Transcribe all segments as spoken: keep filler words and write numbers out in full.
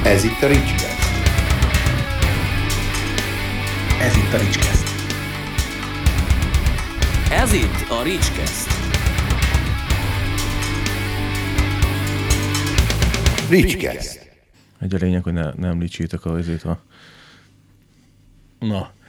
Ez itt a Ricskeszt. Ez itt a Ricskeszt. Ez itt a Ricskeszt. Ricskeszt. Egy a lényeg, hogy ne, ne említsétek a azért a... Na.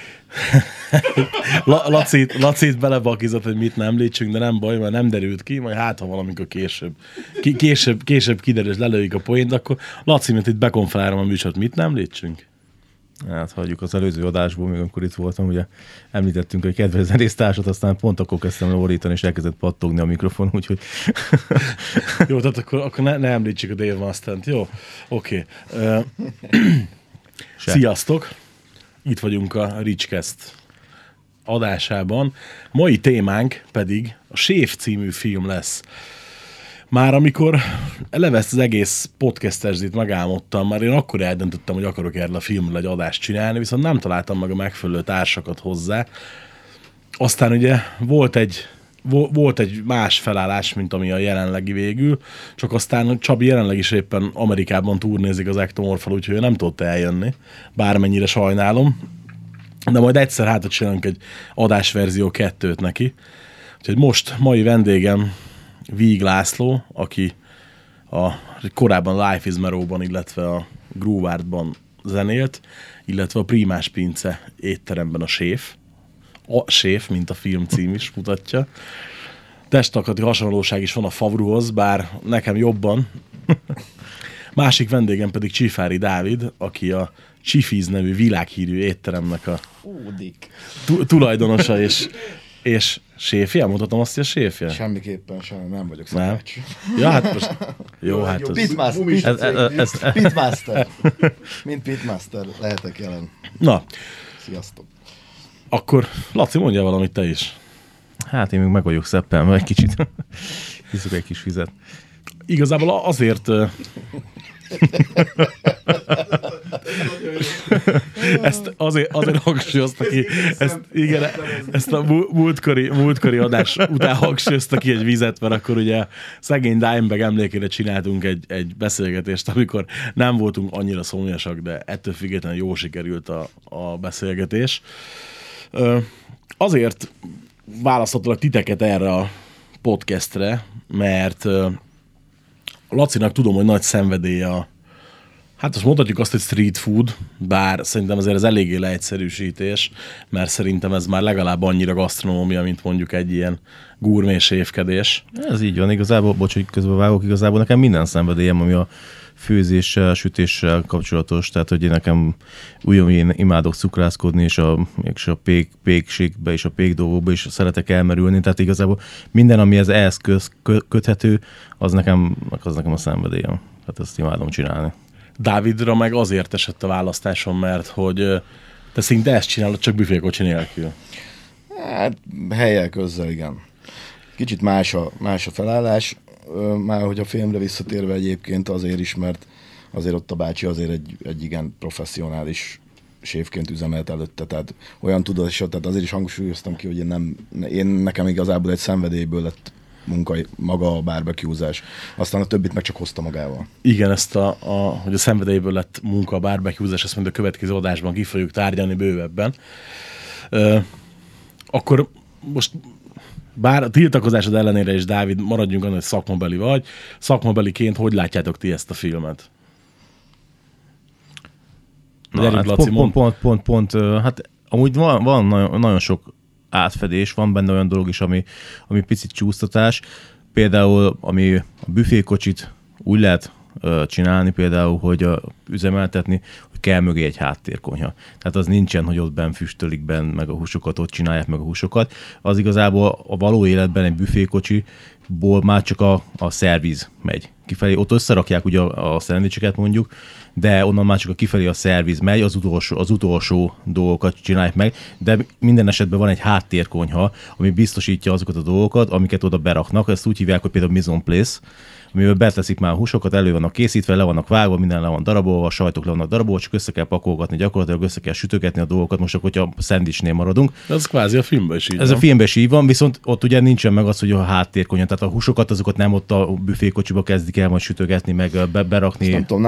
Lacit, Lacit belebakizott, hogy mit nem említsünk, de nem baj, mert nem derült ki, majd hát, ha valamikor később, ki, később, később kiderül, és lelőjük a poént, akkor Laci, mint itt bekonferálom a műsort, mit nem említsünk? Hát hagyjuk az előző adásból, még amikor itt voltam, ugye említettünk egy kedves zenésztársat, aztán pont akkor kezdtem leorítani, és elkezdett pattogni a mikrofon, úgyhogy... Jó, tehát akkor, akkor ne, ne említsük a Dave Mustaine-t, jó? Oké. Okay. Uh, sziasztok! Itt vagyunk a Ricskeszt adásában. Mai témánk pedig a Séf című film lesz. Már amikor eleve ezt az egész podcast-esdét megálmodtam, már én akkor eldöntöttem, hogy akarok erről a filmről egy adást csinálni, viszont nem találtam meg a megfelelő társakat hozzá. Aztán ugye volt egy, volt egy más felállás, mint ami a jelenlegi végül, csak aztán Csabi jelenleg is éppen Amerikában turnézik az Ektomorfal, úgyhogy ő nem tudott eljönni, bármennyire sajnálom. De majd egyszer hátra csinálunk egy adásverzió kettőt neki. Úgyhogy most mai vendégem Víg László, aki a korábban Life is Mero-ban, illetve a Groove Artban zenélt, illetve a Primás Pince étteremben a séf. A séf, mint a film cím is mutatja. Testalkati hasonlóság is van a Favruhoz, bár nekem jobban. Másik vendégem pedig Csifári Dávid, aki a Csifiz nevű világhírű étteremnek a tu- tulajdonosa és, és séfje. Mondhatom azt, hogy a séfje? Semmiképpen sem, nem vagyok szakács. Ja, hát most... Jó, hát az... Pitmaster. Pit, ez, ez, ez, Pitmaster. Mint Pitmaster lehetek jelen. Na. Sziasztok. Akkor Laci, mondja valamit te is. Hát én még meg vagyok szeppelve egy kicsit. Hiszok egy kis vizet. Igazából azért... ezt azért, azért hangsúlyozta ki, ezt, igen, ezt a múltkori, múltkori adás után hangsúlyozta ki egy vizet, mert akkor ugye szegény Dimebag emlékére csináltunk egy, egy beszélgetést, amikor nem voltunk annyira szomjasak, de ettől függetlenül jó sikerült a, a beszélgetés. Azért választottalak titeket erre a podcastre, mert Lacinak tudom, hogy nagy szenvedélye a, hát most mondhatjuk azt, hogy street food, bár szerintem azért ez eléggé leegyszerűsítés, mert szerintem ez már legalább annyira gasztronómia, mint mondjuk egy ilyen gurmé séfkedés. Ez így van, igazából, bocs, hogy közben vágok, igazából nekem minden szenvedélyem, ami a főzéssel, sütéssel kapcsolatos, tehát hogy én nekem ugyanúgy én imádok cukrászkodni, és a, és a pék, pékségbe és a pék dolgokba is szeretek elmerülni, tehát igazából minden, ami ez ehhez köz, kö, köthető, az nekem, az nekem a szenvedélyem. Hát ezt imádom csinálni. Dávidra meg azért esett a választásom, mert hogy te szinte ezt csinálod, csak büfékocsi nélkül. Hát helyek közzel, igen. Kicsit más a, más a felállás. Már hogy a filmre visszatérve egyébként azért is, mert azért ott a bácsi azért egy, egy igen professzionális séfként üzemelt előtte, tehát olyan tudatosat, tehát azért is hangsúlyoztam ki, hogy én nem, én nekem igazából egy szenvedélyből lett munka, maga a barbecue-zás. Aztán a többit meg csak hozta magával. Igen, ezt a, a hogy a szenvedélyből lett munka a barbecue-zás, ezt majd a következő adásban ki fogjuk tárgyalni bővebben. Ö, akkor most bár a tiltakozásod ellenére is, Dávid, maradjunk annál, hogy szakmabeli vagy. Szakmabeliként hogy látjátok ti ezt a filmet? Na, hát Laci, pont, pont, pont, pont, pont, hát amúgy van, van nagyon, nagyon sok átfedés, van benne olyan dolog is, ami, ami picit csúsztatás. Például, ami a büfékocsit úgy lehet uh, csinálni, például, hogy uh, üzemeltetni, hogy kell mögé egy háttérkonyha. Tehát az nincsen, hogy ott benn füstölik benn, meg a húsokat, ott csinálják meg a húsokat. Az igazából a való életben egy büfékocsiból már csak a, a szerviz megy kifelé. Ott összerakják ugye a, a szendvicseket mondjuk, de onnan már csak a kifelé a szerviz megy, az utolsó, az utolsó dolgokat csinálják meg, de minden esetben van egy háttérkonyha, ami biztosítja azokat a dolgokat, amiket oda beraknak. Ezt úgy hívják, hogy például mise en place, amivel beteszik már a húsokat, elő vannak készítve, le vannak vágva, minden le van darabolva, a sajtok le vannak darabolva, csak össze kell pakolgatni, gyakorlatilag össze kell sütögetni a dolgokat, most akkor, hogyha a szendvicsnél maradunk. Ez kvázi a filmben is így Ez van. a filmben is így van, viszont ott ugye nincsen meg az, hogy a háttérkonyha, tehát a húsokat azokat nem ott a büfékocsiba kezdik el majd sütögetni, meg be, berakni. Azt nem tudom, nem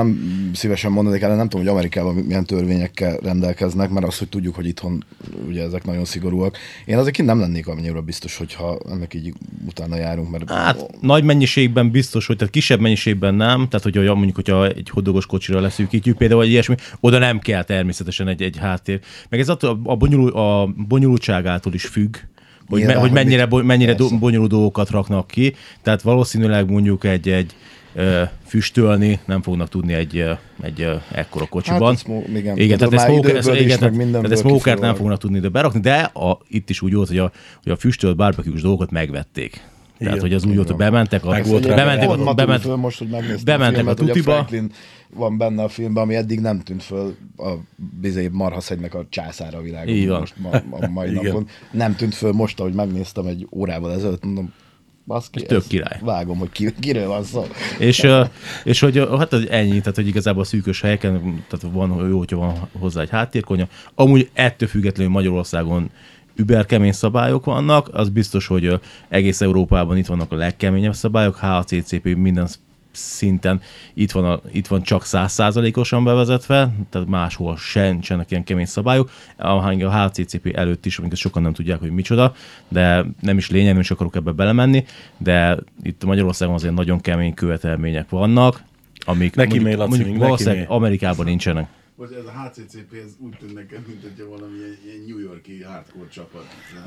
szívesen mondanék el, nem tudom, hogy Amerikában milyen törvényekkel rendelkeznek, mert azt, hogy tudjuk, hogy itthon ugye ezek nagyon szigorúak. Én azért kint nem lennék annyira biztos, hogyha ennek így utána járunk, mert... Hát nagy mennyiségben biztos, hogy tehát kisebb mennyiségben nem, tehát hogy mondjuk, hogyha egy hodogos kocsira leszűkítjük például, vagy ilyesmi, oda nem kell természetesen egy, egy háttér. Meg ez attól a, bonyolul, a bonyolultságától is függ, hogy, Nyilván, me, hogy mennyire, mit, mennyire do, bonyolult dolgokat raknak ki, tehát valószínűleg mondjuk egy, egy ö, füstölni nem fognak tudni egy, egy ekkora kocsiban. Hát ezt, igen, igen, tehát ezt smoker, ez, igen, tehát, tehát smokert nem fognak tudni ide berakni, de a, itt is úgy volt, hogy a, hogy a füstölt barbecue-s dolgokat megvették. Tehát, igen, hogy az úgy volt, hogy bementek a, bementek a, bement, föl most, hogy bementek a, filmet, a tutiba. A Franklin van benne a filmben, ami eddig nem tűnt föl a bizé Marhaszegynek a császára a világon. Így van. Most ma, a mai napon. Nem tűnt föl most, ahogy megnéztem egy órával ezelőtt, mondom, baszki, tök király. Vágom, hogy ki, kiről van szó. És, és hogy hát ennyi, tehát hogy igazából a szűkös helyeken, tehát van jó, hogyha van hozzá egy háttérkonya. Amúgy ettől függetlenül Magyarországon überkemény szabályok vannak, az biztos, hogy egész Európában itt vannak a legkeményebb szabályok, há á cé cé pé minden szinten itt van, a, itt van csak száz százalékosan bevezetve, tehát máshol sincsenek ilyen kemény szabályok. A há á cé cé pé előtt is, amiket sokan nem tudják, hogy micsoda, de nem is lényeg, nem is akarok ebbe belemenni, de itt Magyarországon azért nagyon kemény követelmények vannak, amik neki mondjuk, mondjuk valószínűleg Amerikában nincsenek. Most ez a há cé cé pé, ez úgy tűnt nekem, mint hogyha valami ilyen New York-i hardcore csapat.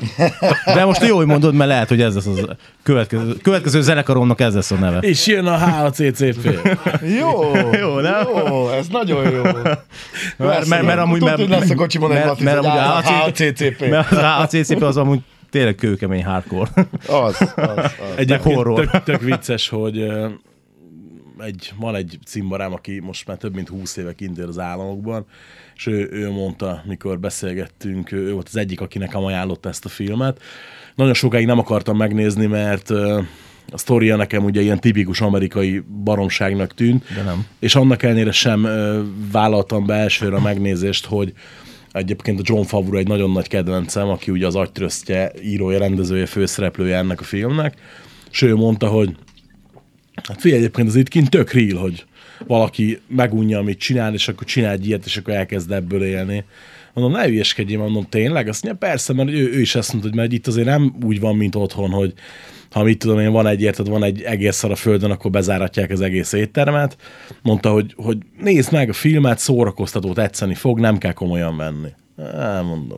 De most jó, hogy mondod, mert lehet, hogy ez lesz az következő, következő zenekaromnak ez lesz a neve. És jön a há cé cé pé. Jó, jó, nem? Jó, ez nagyon jó. Mert, mert, mert amúgy... Tudod, hogy lesz a kocsimon egy Laci, hogy a há cé cé pé. Mert a há cé cé pé az amúgy tényleg kőkemény hardcore. Az, az, az. Egyébként tök, tök vicces, hogy egy, van egy cimborám, aki most már több mint húsz éve kint él az államokban, és ő, ő mondta, mikor beszélgettünk, ő volt az egyik, aki nekem ajánlotta ezt a filmet. Nagyon sokáig nem akartam megnézni, mert a sztoria nekem ugye ilyen tipikus amerikai baromságnak tűnt, de nem. És annak ellenére sem vállaltam be elsőre a megnézést, hogy egyébként a Jon Favreau egy nagyon nagy kedvencem, aki ugye az agytrösztje, írója, rendezője, főszereplője ennek a filmnek, és ő mondta, hogy hát figyelj, egyébként az itt kint tök real, hogy valaki megunja, amit csinál, és akkor csinál egy ilyet, és akkor elkezd ebből élni. Mondom, ne hülyeskedjél, mondom, tényleg? Azt mondja, persze, mert ő, ő is ezt mondta, hogy mert itt azért nem úgy van, mint otthon, hogy ha mit tudom én, van egy érted, van egy egész szar a földön, akkor bezáratják az egész éttermet. Mondta, hogy, hogy nézd meg a filmet, szórakoztató, tetszeni fog, nem kell komolyan venni. Elmondom.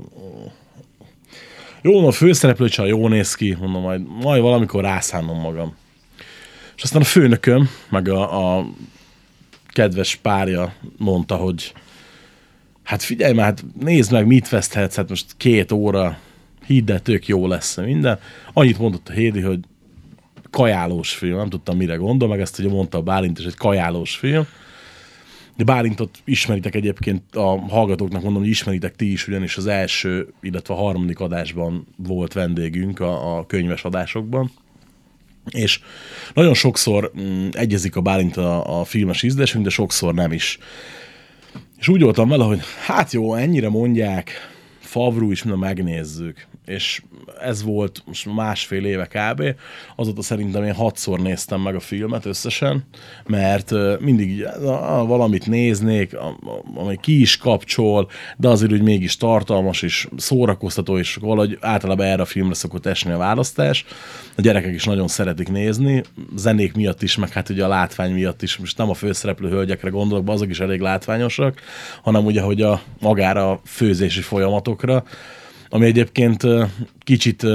Jó, a főszereplő csaj jól néz ki, mondom, majd, majd valamikor rászánom magam. És aztán a főnököm, meg a, a kedves párja mondta, hogy hát figyelj már, hát nézd meg, mit veszthetsz, hát most két óra, hidd el, tök jó lesz minden. Annyit mondott a Hédi, hogy kajálós film, nem tudtam mire gondol, meg ezt ugye mondta a Bálint is, egy kajálós film. De Bálintot ismeritek egyébként, a hallgatóknak mondom, hogy ismeritek ti is, ugyanis az első, illetve a harmadik adásban volt vendégünk a, a könyves adásokban. És nagyon sokszor mm, egyezik a Bálint a, a filmes ízlésünk, de sokszor nem is. És úgy voltam vele, hogy hát jó, ennyire mondják, Favreau is, minden megnézzük. És ez volt most másfél éve kb. Azóta szerintem én hatszor néztem meg a filmet összesen, mert mindig valamit néznék, ami ki is kapcsol, de azért úgy mégis tartalmas és szórakoztató, és valahogy általában erre a filmre szokott esni a választás. A gyerekek is nagyon szeretik nézni, zenék miatt is, meg hát ugye a látvány miatt is, most nem a főszereplő hölgyekre gondolok, azok is elég látványosak, hanem ugye, hogy a magára a főzési folyamatokra, ami egyébként kicsit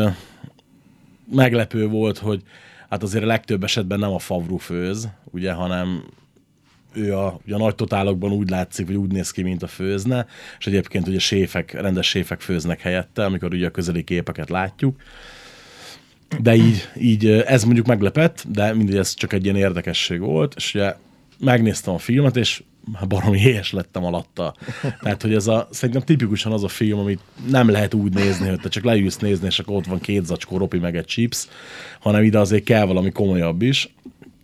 meglepő volt, hogy hát azért a legtöbb esetben nem a Favreau főz, ugye, hanem ő a, ugye a nagy totálokban úgy látszik, vagy úgy néz ki, mint a főzne, és egyébként ugye séfek, rendes séfek főznek helyette, amikor ugye a közeli képeket látjuk. De így, így ez mondjuk meglepett, de mindegy, ez csak egy ilyen érdekesség volt, és ugye megnéztem a filmet, és baromi éhes lettem alatta. Tehát, hogy ez a, szerintem tipikusan az a film, amit nem lehet úgy nézni, hogy te csak leülsz nézni, és akkor ott van két zacskó ropi meg egy chips, hanem ide azért kell valami komolyabb is.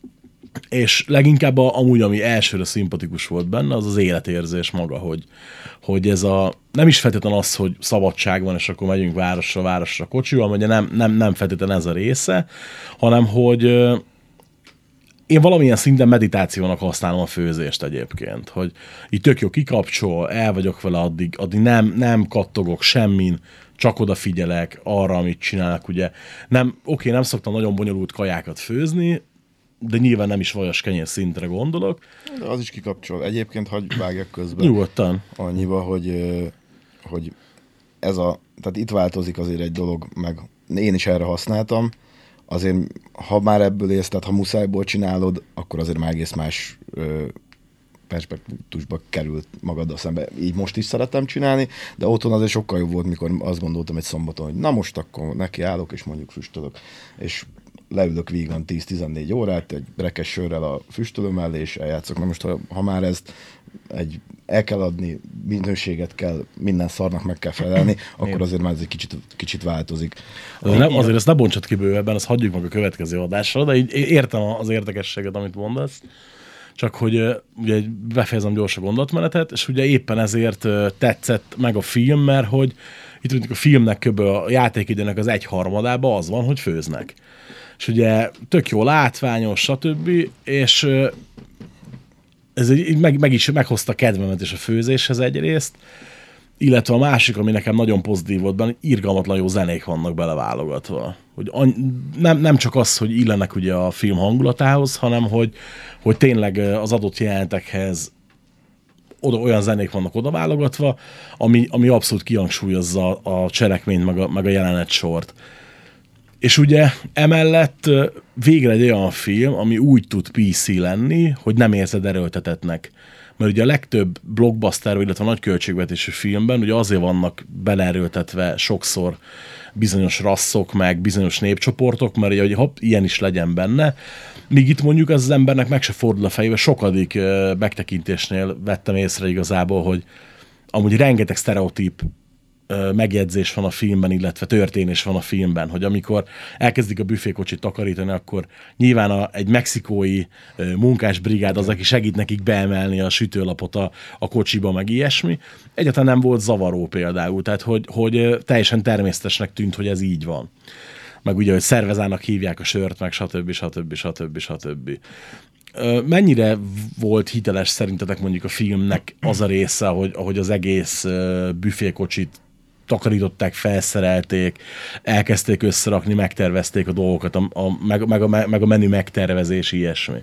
És leginkább a, amúgy, ami elsőre szimpatikus volt benne, az az életérzés maga, hogy, hogy ez a, nem is feltétlenül az, hogy szabadság van, és akkor megyünk városra, városra kocsival, ugye nem, nem, nem feltétlenül ez a része, hanem hogy én valamilyen szinten meditációnak használom a főzést egyébként, hogy így tök jó kikapcsol, el vagyok vele addig, addig nem, nem kattogok semmin, csak odafigyelek arra, amit csinálnak, ugye. Nem, oké, nem szoktam nagyon bonyolult kajákat főzni, de nyilván nem is vajas kenyér szintre gondolok. De az is kikapcsol. Egyébként hagyj vágjak közben. Nyugodtan. Annyiba, hogy, ö, hogy ez a, tehát itt változik azért egy dolog, meg én is erre használtam, azért, ha már ebből élsz, tehát ha muszájból csinálod, akkor azért már egész más ö, perspektusba került magaddal szembe. Így most is szeretem csinálni, de otthon azért sokkal jobb volt, mikor azt gondoltam egy szombaton, hogy na most akkor neki állok, és mondjuk füstölök. És leülök vígan tíz-tizennégy órát, egy rekes sörrel a füstölő mellé, és eljátszok. Na most, ha, ha már ezt egy, el kell adni, minőséget kell, minden szarnak meg kell felelni, akkor azért már ez egy kicsit, kicsit változik. Azért, nem, azért ezt ne bontsad ki bővebben, azt hagyjuk meg a következő adásra, de így értem az érdekességet, amit mondasz. Csak hogy ugye befejezem gyors a gondolatmenetet, és ugye éppen ezért tetszett meg a film, mert hogy itt mondjuk a filmnek kb. A játékidőnek az egyharmadában az van, hogy főznek. És ugye tök jó látványos, stb. És ez így meg, meg is meghozta kedvemet is a főzéshez egyrészt, illetve a másik, ami nekem nagyon pozitív volt benne, irgalmatlan jó zenék vannak beleválogatva. Hogy any- nem, nem csak az, hogy illenek ugye a film hangulatához, hanem hogy, hogy tényleg az adott jelenetekhez oda, olyan zenék vannak odaválogatva, ami, ami abszolút kihangsúlyozza a cselekményt, meg a, meg a jelenet sort. És ugye emellett végre egy olyan film, ami úgy tud pé cé lenni, hogy nem érzed erőltetetnek. Mert ugye a legtöbb blockbuster, illetve nagy költségvetésű filmben ugye azért vannak beleerőltetve sokszor bizonyos rasszok, meg bizonyos népcsoportok, mert ugye, hogy hopp, ilyen is legyen benne. Míg itt mondjuk az embernek meg se fordul a fejébe, sokadik megtekintésnél vettem észre igazából, hogy amúgy rengeteg sztereotíp megjegyzés van a filmben, illetve történés van a filmben, hogy amikor elkezdik a büfékocsit takarítani, akkor nyilván a, egy mexikói munkásbrigád az, aki segít nekik beemelni a sütőlapot a, a kocsiba, meg ilyesmi. Egyáltalán nem volt zavaró például, tehát hogy, hogy teljesen természetesnek tűnt, hogy ez így van. Meg ugye, hogy szervezának hívják a sört, meg stb. stb. stb. stb. Mennyire volt hiteles szerintetek mondjuk a filmnek az a része, ahogy, ahogy az egész büfékocsit takarították, felszerelték, elkezdték összerakni, megtervezték a dolgokat, a, a, meg, meg, a, meg a menü megtervezés, ilyesmi?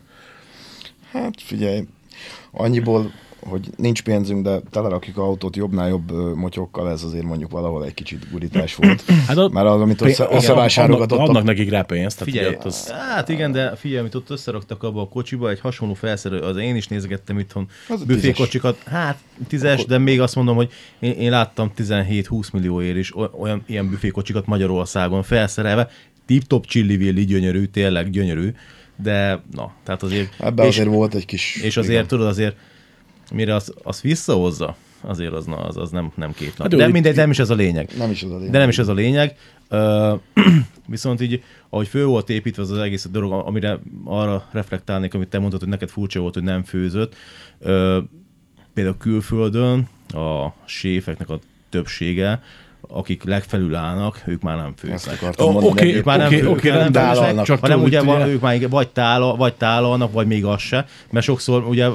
Hát figyelj, annyiból, hogy nincs pénzünk, de telerakjuk autót jobbnál jobb ö, motyokkal, ez azért mondjuk valahol egy kicsit gurítás volt. Hát a, mert az, amit össze, összevásárolgatottak... Adnak nekik rá pénzt. Figyelj, az... hát igen, de figyelj, amit ott összeraktak abba a kocsiba, egy hasonló felszerelő, az én is nézgettem itthon büfékocsikat, hát tízes, akkor... de még azt mondom, hogy én, én láttam tizenhét-húsz millióért is olyan ilyen büfékocsikat Magyarországon felszerelve, tip-top csillivilli, gyönyörű, tényleg gyönyörű, de na, tehát azért... Ebben azért volt egy kis... És azért, igen. Tudod, azért mire azt az visszahozza, azért az, na, az, az nem, nem két nap. Hát de mindegy, nem is ez a lényeg. Nem is ez a lényeg. De nem is ez a lényeg. Uh, viszont így, ahogy föl volt építve az, az egész dolog, amire arra reflektálnék, amit te mondtad, hogy neked furcsa volt, hogy nem főzött. Uh, például külföldön a séfeknek a többsége, akik legfelül állnak, ők már nem főznek. Oh, Oké, ők már nem okay, fő, okay, nem tálalnak, csak hanem ugye, ugye ők már vagy, tálal, vagy tálalnak, vagy még az se, mert sokszor ugye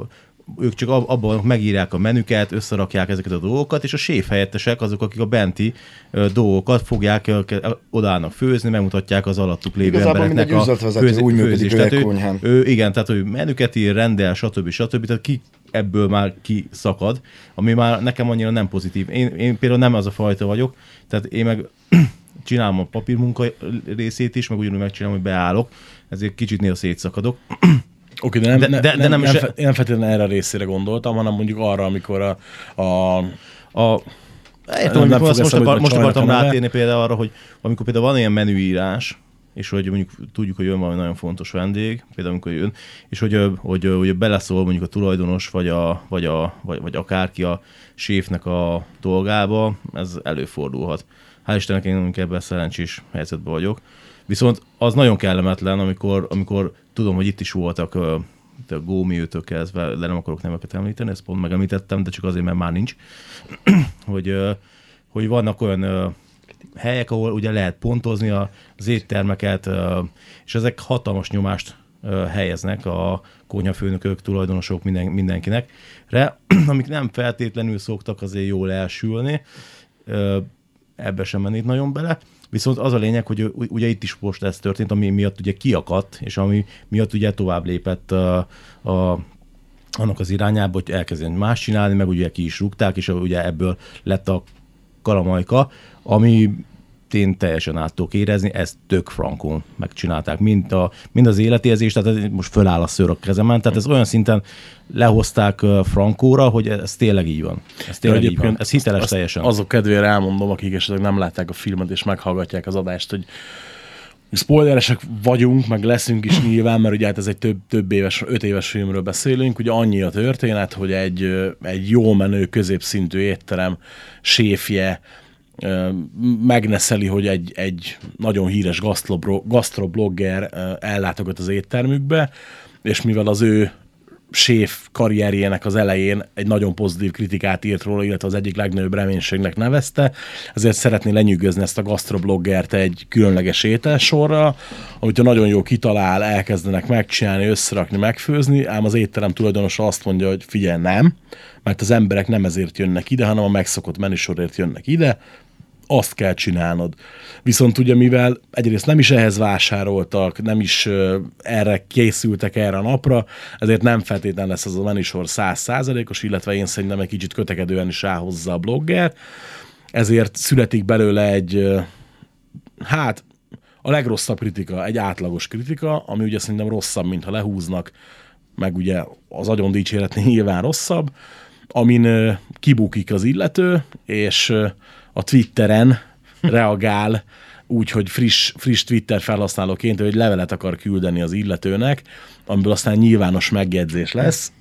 ők csak abban megírják a menüket, összerakják ezeket a dolgokat, és a séf helyettesek azok, akik a benti uh, dolgokat fogják, uh, odállnak főzni, megmutatják az alattuk lévő igazából embereknek a főzést. Úgy működik ő, ő, igen, tehát ő menüket ír, rendel, stb. stb. Tehát ki ebből már kiszakad, ami már nekem annyira nem pozitív. Én, én például nem az a fajta vagyok, tehát én meg csinálom a papírmunka részét is, meg ugyanúgy megcsinálom, hogy beállok, ezért kicsit néha szétszakadok. Oké, de nem, de, de, de, de nem, nem, is nem, nem feltétlenül erre a részére gondoltam, hanem mondjuk arra, amikor a... a, a Értem, hogy most, most, akar, most akartam rátérni például arra, hogy amikor például van ilyen menüírás, és hogy mondjuk tudjuk, hogy jön valami nagyon fontos vendég, például amikor jön, és hogy, hogy, hogy, hogy beleszól mondjuk a tulajdonos, vagy, a, vagy, a, vagy, vagy akárki a séfnek a dolgába, ez előfordulhat. Hál' Istennek én ebben szerencsés helyzetben vagyok. Viszont az nagyon kellemetlen, amikor, amikor tudom, hogy itt is voltak a Gómiőtől kezdve, de nem akarok neveket említeni, ezt pont megemlítettem, de csak azért, mert már nincs, hogy, hogy vannak olyan helyek, ahol ugye lehet pontozni az éttermeket, és ezek hatalmas nyomást helyeznek a konyhafőnökök, tulajdonosok, minden, mindenkinek, amik nem feltétlenül szoktak azért jól elsülni, ebbe sem mennék nagyon bele. Viszont az a lényeg, hogy ugye itt is most ez történt, ami miatt ugye kiakadt, és ami miatt ugye tovább lépett a, a, annak az irányába, hogy elkezdeni más csinálni, meg ugye ki is rúgták, és ugye ebből lett a kalamajka, ami én teljesen át tudok érezni, ezt tök frankon megcsinálták, mind, a, mind az életérzés, tehát most föláll a szőr a kezemen, tehát ez olyan szinten lehozták frankóra, hogy ez tényleg így van. Ez tényleg így van. Ez hiteles azt, teljesen. Azok kedvére elmondom, akik esetleg nem látták a filmet és meghallgatják az adást, hogy spoileresek vagyunk, meg leszünk is nyilván, mert ugye hát ez egy több, több éves, öt éves filmről beszélünk, ugye annyi a történet, hogy egy, egy jó menő, középszintű étterem séfje megneszeli, hogy egy, egy nagyon híres gasztroblogger ellátogat az éttermükbe, és mivel az ő séf karrierjének az elején egy nagyon pozitív kritikát írt róla, illetve az egyik legnagyobb reménységnek nevezte, ezért szeretné lenyűgözni ezt a gasztrobloggert egy különleges ételsorra, amit a nagyon jó kitalál, elkezdenek megcsinálni, összerakni, megfőzni, ám az étterem tulajdonosa azt mondja, hogy figyelj, nem, mert az emberek nem ezért jönnek ide, hanem a megszokott menüsorért jönnek ide, azt kell csinálnod. Viszont ugye, mivel egyrészt nem is ehhez vásároltak, nem is uh, erre készültek erre a napra, ezért nem feltétlenül lesz az a menüsor száz százalékos, illetve én szerintem egy kicsit kötekedően is ráhozza a blogger. Ezért születik belőle egy, uh, hát a legrosszabb kritika, egy átlagos kritika, ami ugye szerintem rosszabb, mintha lehúznak, meg ugye az agyon dicséretnél nyilván rosszabb, amin uh, kibukik az illető, és uh, a Twitteren reagál úgy, hogy friss, friss Twitter felhasználóként, hogy levelet akar küldeni az illetőnek, amiből aztán nyilvános megjegyzés lesz,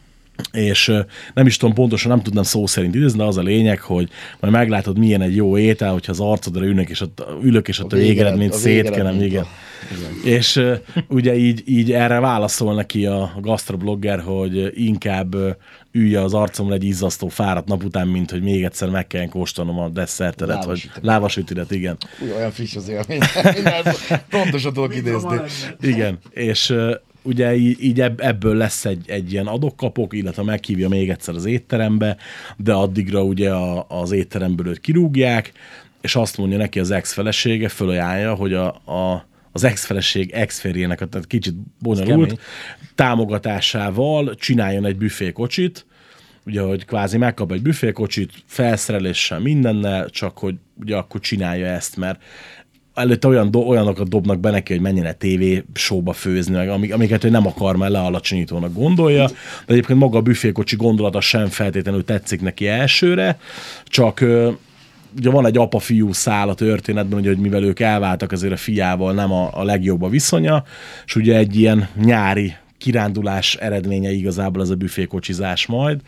és nem is tudom pontosan, nem tudnám szó szerint idézni, de az a lényeg, hogy majd meglátod, milyen egy jó étel, hogyha az arcodra ülök, és ott, ülök, és ott a, a végeredményt szétkenem, igen. igen. És uh, ugye így, így erre válaszol neki a gasztroblogger, hogy inkább uh, ülje az arcomra egy izzasztó fáradt nap után, mint hogy még egyszer meg kell kóstolnom a desszertedet, vagy lávasütidet, igen. Úgy, olyan friss az élmény. Pontosan tudok idézni. Igen, és uh, ugye így, így ebből lesz egy, egy ilyen adokkapok, illetve meghívja még egyszer az étterembe, de addigra ugye a, az étteremből őt kirúgják, és azt mondja neki az ex-felesége, fölajánlja, hogy a, a, az ex-feleség ex-férjének, tehát kicsit bonyolult, támogatásával csináljon egy büfékocsit, ugye, hogy kvázi megkap egy büfékocsit, felszereléssel, mindennel, csak hogy ugye akkor csinálja ezt, mert előtte olyan do, olyanokat dobnak be neki, hogy menjen egy tévé showba főzni, meg, amik, amiket ő nem akar, mert lealacsonyítónak gondolja, de egyébként maga a büfékocsi gondolata sem feltétlenül tetszik neki elsőre, csak ugye van egy apa-fiú szál a történetben, ugye, hogy mivel ők elváltak, azért a fiával nem a, a legjobb a viszonya, és ugye egy ilyen nyári kirándulás eredménye igazából ez a büfékocsizás majd,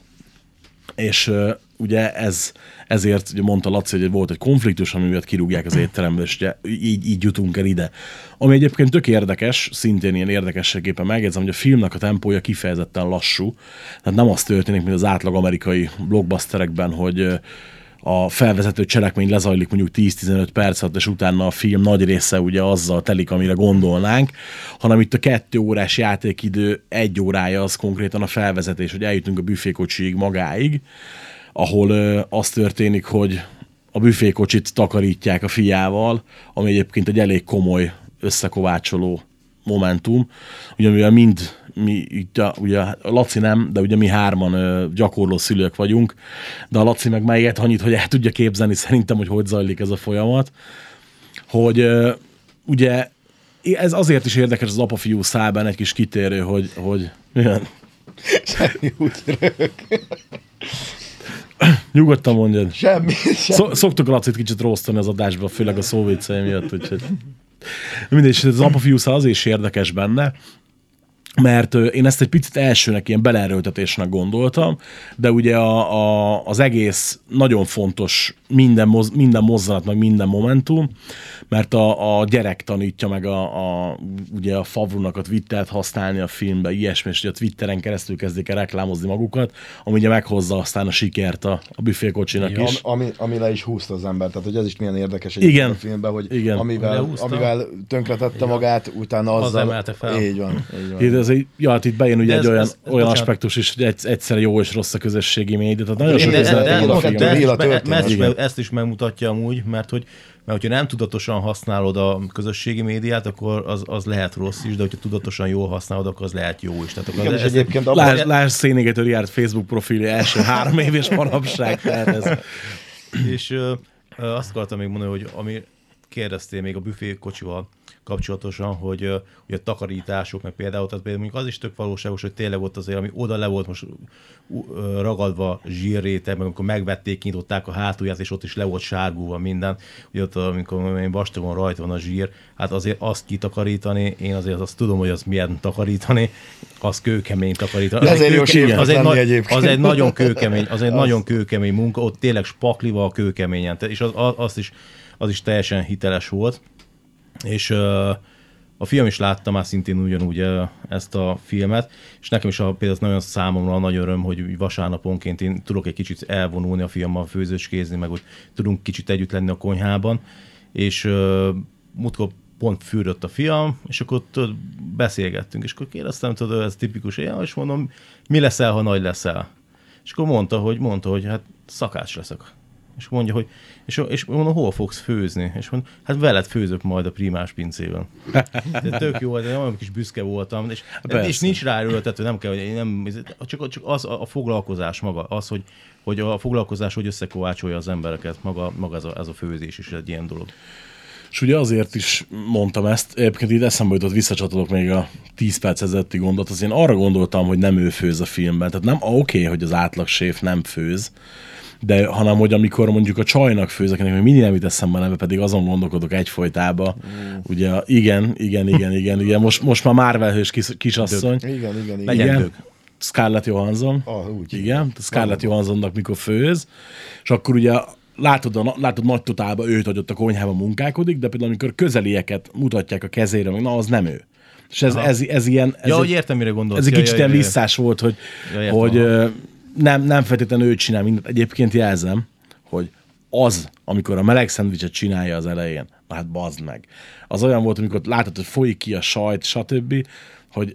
és ugye ez, ezért ugye mondta Laci, hogy volt egy konfliktus, ami miatt kirúgják az étterembe, és ugye így, így jutunk el ide. Ami egyébként tök érdekes, szintén ilyen érdekességképpen megjegyzem, hogy a filmnek a tempója kifejezetten lassú, tehát nem az történik, mint az átlag amerikai blockbusterekben, hogy a felvezető cselekmény lezajlik mondjuk tíz-tizenöt percet, és utána a film nagy része ugye azzal telik, amire gondolnánk, hanem itt a kettő órás játékidő egy órája az konkrétan a felvezetés, hogy eljutunk a büfékocsiig magáig, ahol ö, az történik, hogy a büfékocsit takarítják a fiával, ami egyébként egy elég komoly összekovácsoló momentum. Ugye mivel mind, mi, itt a, ugye a Laci nem, de ugye mi hárman ö, gyakorló szülők vagyunk, de a Laci meg már ilyet annyit, hogy el tudja képzelni szerintem, hogy hogy zajlik ez a folyamat, hogy ö, ugye ez azért is érdekes az apa-fiú szálban egy kis kitérő, hogy, hogy milyen? Semmi, úgy rög. Nyugodtan mondjad. Semmi, semmi. Szoktuk a Lacit kicsit rossztani az adásba, főleg a szóviccei miatt, úgyhogy... Mindegy, az apa-fiú szál azért is érdekes benne, mert én ezt egy picit elsőnek ilyen beleerőltetésnek gondoltam, de ugye a, a, az egész nagyon fontos minden, moz, minden mozzanat, meg minden momentum, mert a, a gyerek tanítja meg a, a, ugye a Favrunak a Twittert használni a filmben, ilyesmi, és ugye a Twitteren keresztül kezdik el reklámozni magukat, ami ugye meghozza aztán a sikert a, a büfékocsinak Am, is. ami, ami le is húzta az ember, tehát hogy ez is milyen érdekes Igen. a filmben, hogy Igen. amivel, amivel tönkretette magát, utána Az azzal... emelte fel. Így van. Így van. Így, ez egy, ja, hát itt bejön ugye De egy ez- olyan, ez- ez olyan bocsánat. aspektus is, hogy egy, egyszer jó és rossz a közösségi média, tehát nagyon Én sok de- üzenet de- van de- a de- filmben. de- ezt, történet, ezt, igen. ezt is megmutatja amúgy, mert hogy mert hogyha nem tudatosan használod a közösségi médiát, akkor az, az lehet rossz is, de hogyha tudatosan jól használod, akkor az lehet jó is. Tehát akkor Igen, ez, és egyébként abban- Lásd, lásd Szénégető Riárd Facebook profilja első három éves manapság, tehát ez... És ö, ö, azt akartam még mondani, hogy ami kérdeztél még a büfékocsival kapcsolatosan, hogy, ö, hogy a takarítások, meg például, tehát például mondjuk az is tök valóságos, hogy tényleg ott azért, ami oda le volt most ö, ragadva zsírréteg, meg amikor megvették, kinyitották a hátulját, és ott is le volt sárgulva minden, hogy ott, amikor vastagon rajta van a zsír, hát azért azt kitakarítani, én azért azt tudom, hogy az milyen takarítani, az kőkemény takarítani. Az Ezért egy jó kőkemény- séfnek az egy lenni nagy- egyébként. Az egy nagyon kőkemény, az egy nagyon kőkemény munka, ott tényleg spaklival kőkeményen, te- és az, az, azt is, az is teljesen hiteles volt. És uh, a fiam is látta már szintén ugyanúgy uh, ezt a filmet, és nekem is a, például nagyon számomra nagy öröm, hogy vasárnaponként én tudok egy kicsit elvonulni a fiammal főzőskézni, meg hogy tudunk kicsit együtt lenni a konyhában, és uh, múltkor pont fűrött a fiam, és akkor tudod, beszélgettünk, és akkor kérdeztem, tudod, ez tipikus, én és mondom, mi leszel, ha nagy leszel? És akkor mondta, hogy, mondta, hogy hát szakács leszek. És mondja, hogy, és, és mondom, hol fogsz főzni? És mondom, hát veled főzök majd a primás pincében. De tök jó, de olyan kis büszke voltam, és, és nincs rá erőltető, nem kell, hogy én nem, csak, csak az a, a foglalkozás maga, az, hogy, hogy a foglalkozás hogy összekovácsolja az embereket, maga, maga ez, a, ez a főzés is egy ilyen dolog. És ugye azért is mondtam ezt, egyébként itt eszembe jutott, visszacsatolok még a tíz perc ezelőtti gondot, az én arra gondoltam, hogy nem ő főz a filmben. Tehát nem oké, okay, hogy az átlag séf nem főz, de hanem, hogy amikor mondjuk a csajnak főz, akinek még mindig nem jut eszembe a neve, pedig azon gondolkodok egyfolytában. Mm. Ugye, igen, igen, igen, igen, igen. Most, most már Marvel-hős kis, kisasszony. Igen, igen, igen. Igen. Scarlett Johansson. Ah, úgy. Igen, Scarlett Johanssonnak mikor főz, és akkor ugye látod, a, látod nagy totálban őt, hogy ott a konyhában munkálkodik, de például amikor közelieket mutatják a kezére, na az nem ő. És ez, ez, ez ilyen... Ez Ja, egy, hogy értem, mire gondolsz. ez egy Ja, kicsit ja, ilyen ja, ja. visszás volt, hogy, Ja, értem, hogy aha. ö, nem, nem feltétlenül ő csinál mindent. Egyébként jelzem, hogy az, amikor a meleg szendvicset csinálja az elején, na hát bazd meg. Az olyan volt, amikor látod, hogy folyik ki a sajt, stb., hogy